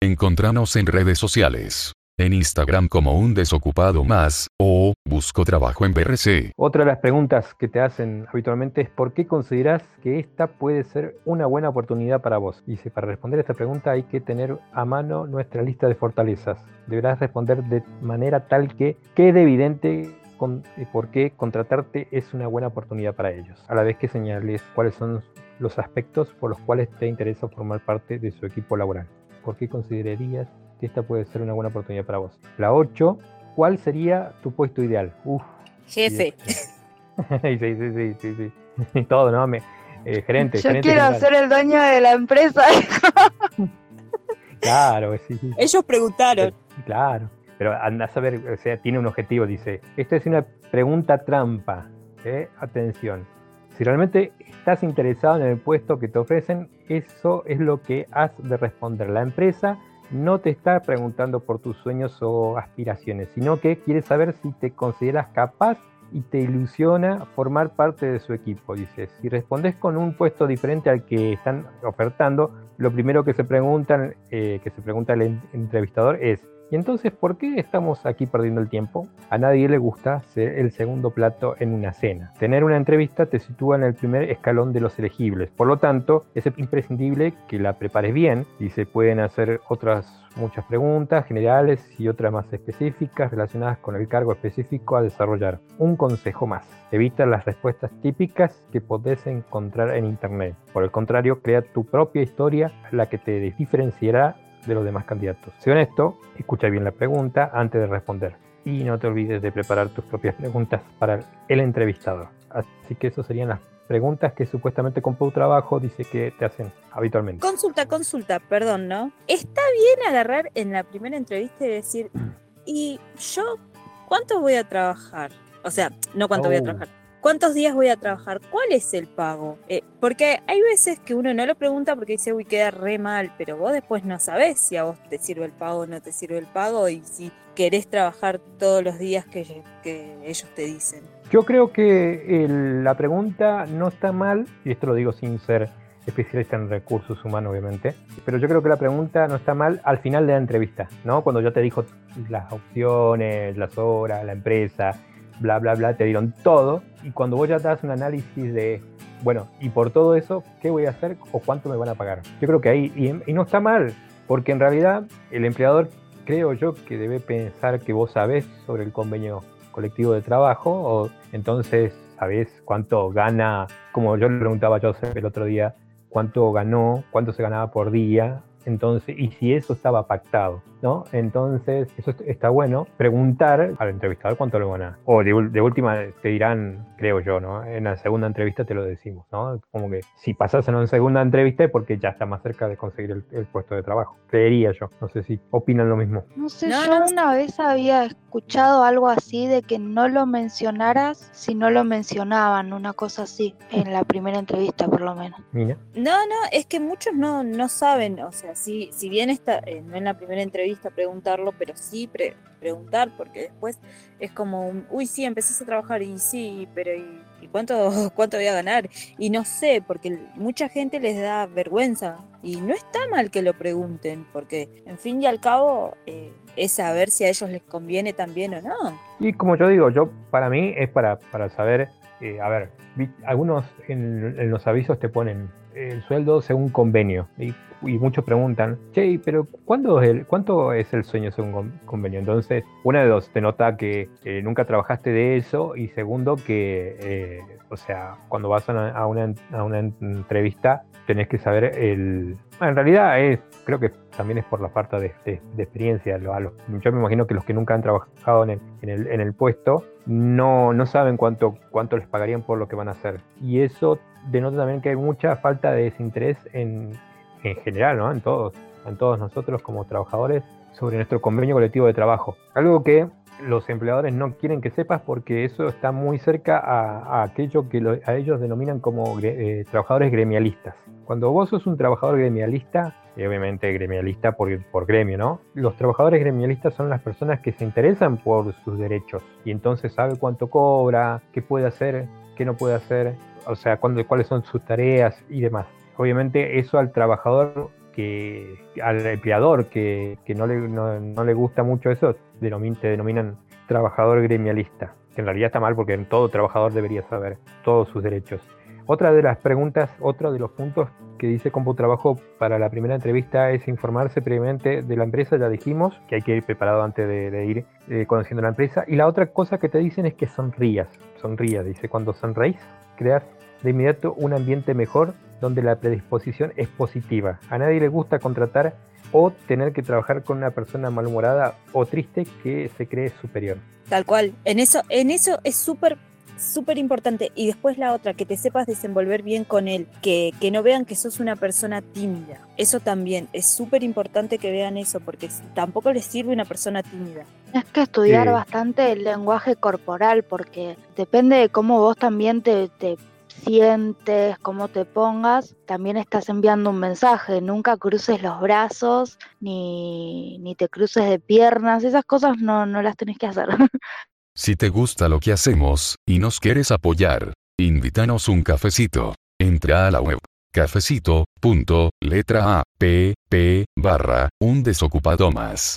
Encontranos en redes sociales. En Instagram como Un Desocupado Más, o Busco Trabajo en BRC. Otra de las preguntas que te hacen habitualmente es ¿por qué consideras que esta puede ser una buena oportunidad para vos? Dice, para responder a esta pregunta hay que tener a mano nuestra lista de fortalezas. Deberás responder de manera tal que quede evidente por qué contratarte es una buena oportunidad para ellos, a la vez que señales cuáles son los aspectos por los cuales te interesa formar parte de su equipo laboral. ¿Por qué considerarías que esta puede ser una buena oportunidad para vos? La 8, ¿cuál sería tu puesto ideal? Jefe. Sí. Todo, ¿no? Gerente. Yo gerente quiero general. ser el dueño de la empresa. Claro, sí. Ellos preguntaron. Claro, pero anda a saber, o sea, tiene un objetivo, dice. Esta es una pregunta trampa. Atención. Si realmente estás interesado en el puesto que te ofrecen, eso es lo que has de responder. La empresa no te está preguntando por tus sueños o aspiraciones, sino que quiere saber si te consideras capaz y te ilusiona formar parte de su equipo. Dice, si respondes con un puesto diferente al que están ofertando, lo primero que se pregunta el entrevistador es: ¿y entonces por qué estamos aquí perdiendo el tiempo? A nadie le gusta ser el segundo plato en una cena. Tener una entrevista te sitúa en el primer escalón de los elegibles. Por lo tanto, es imprescindible que la prepares bien y se pueden hacer muchas preguntas generales y otras más específicas relacionadas con el cargo específico a desarrollar. Un consejo más: evita las respuestas típicas que podés encontrar en internet. Por el contrario, crea tu propia historia, la que te diferenciará de los demás candidatos. Sé honesto, escucha bien la pregunta antes de responder y no te olvides de preparar tus propias preguntas para el entrevistador. Así que esas serían las preguntas que supuestamente con tu trabajo dice que te hacen habitualmente. Consulta, perdón, ¿no? ¿Está bien agarrar en la primera entrevista y decir, ¿y yo cuánto voy a trabajar? O sea, no cuánto voy a trabajar. ¿Cuántos días voy a trabajar? ¿Cuál es el pago? Porque hay veces que uno no lo pregunta porque dice, uy, queda re mal, pero vos después no sabés si a vos te sirve el pago o no te sirve el pago y si querés trabajar todos los días que ellos te dicen. Yo creo que la pregunta no está mal, y esto lo digo sin ser especialista en recursos humanos, obviamente, pero yo creo que la pregunta no está mal al final de la entrevista, ¿no? Cuando ya te dijo las opciones, las horas, la empresa, bla, bla, bla, te dieron todo, y cuando vos ya te das un análisis de, bueno, y por todo eso, ¿qué voy a hacer o cuánto me van a pagar? Yo creo que ahí, y no está mal, porque en realidad el empleador, creo yo, que debe pensar que vos sabés sobre el convenio colectivo de trabajo, o entonces sabés cuánto gana, como yo le preguntaba a Joseph el otro día, cuánto ganó, cuánto se ganaba por día, entonces, y si eso estaba pactado, ¿no? Entonces, eso está bueno, preguntar al entrevistador cuánto le van a... O de última te dirán, creo yo, ¿no? En la segunda entrevista te lo decimos, ¿no? Como que si pasas en una segunda entrevista es porque ya está más cerca de conseguir el puesto de trabajo. Creería yo. No sé si opinan lo mismo. No sé, yo una vez había escuchado algo así de que no lo mencionaras si no lo mencionaban, una cosa así, en la primera entrevista por lo menos. ¿Mina? No, es que muchos no saben, o sea, si bien está, no en la primera entrevista preguntarlo, pero sí preguntar, porque después es como, uy, sí, empezás a trabajar y sí, pero ¿y cuánto voy a ganar? Y no sé, porque mucha gente les da vergüenza y no está mal que lo pregunten, porque en fin y al cabo es saber si a ellos les conviene también o no. Y como yo digo, para mí es para saber, a ver, algunos en los avisos te ponen el sueldo según convenio y muchos preguntan, che, pero ¿cuánto es el sueño según convenio? Entonces, una de dos, te nota que nunca trabajaste de eso, y segundo que, o sea, cuando vas a una entrevista tenés que saber en realidad creo que también es por la falta de experiencia. Yo me imagino que los que nunca han trabajado en el puesto no saben cuánto les pagarían por lo que van a hacer, y eso denota también que hay mucha falta de desinterés en general, ¿no? En todos nosotros como trabajadores sobre nuestro convenio colectivo de trabajo. Algo que los empleadores no quieren que sepas porque eso está muy cerca a aquello que a ellos denominan como trabajadores gremialistas. Cuando vos sos un trabajador gremialista, y obviamente gremialista por gremio, ¿no? Los trabajadores gremialistas son las personas que se interesan por sus derechos y entonces sabe cuánto cobra, qué puede hacer, qué no puede hacer, o sea, cuáles son sus tareas y demás. Obviamente eso al trabajador al empleador que no le gusta mucho eso, te denominan trabajador gremialista, que en realidad está mal porque todo trabajador debería saber todos sus derechos. Otra de las preguntas, otro de los puntos que dice CompuTrabajo para la primera entrevista es informarse previamente de la empresa, ya dijimos que hay que ir preparado antes de ir conociendo la empresa. Y la otra cosa que te dicen es que sonrías, dice, cuando sonreís, creas de inmediato un ambiente mejor donde la predisposición es positiva. A nadie le gusta contratar o tener que trabajar con una persona malhumorada o triste que se cree superior. Tal cual, en eso es súper importante. Y después la otra, que te sepas desenvolver bien con él, que no vean que sos una persona tímida. Eso también es súper importante, que vean eso, porque tampoco les sirve una persona tímida. Es que estudiar bastante el lenguaje corporal, porque depende de cómo vos también te sientes, cómo te pongas, también estás enviando un mensaje. Nunca cruces los brazos, ni te cruces de piernas, esas cosas no las tenés que hacer. Si te gusta lo que hacemos, y nos quieres apoyar, invítanos un cafecito. Entra a la web cafecito.letra.app/un desocupado más.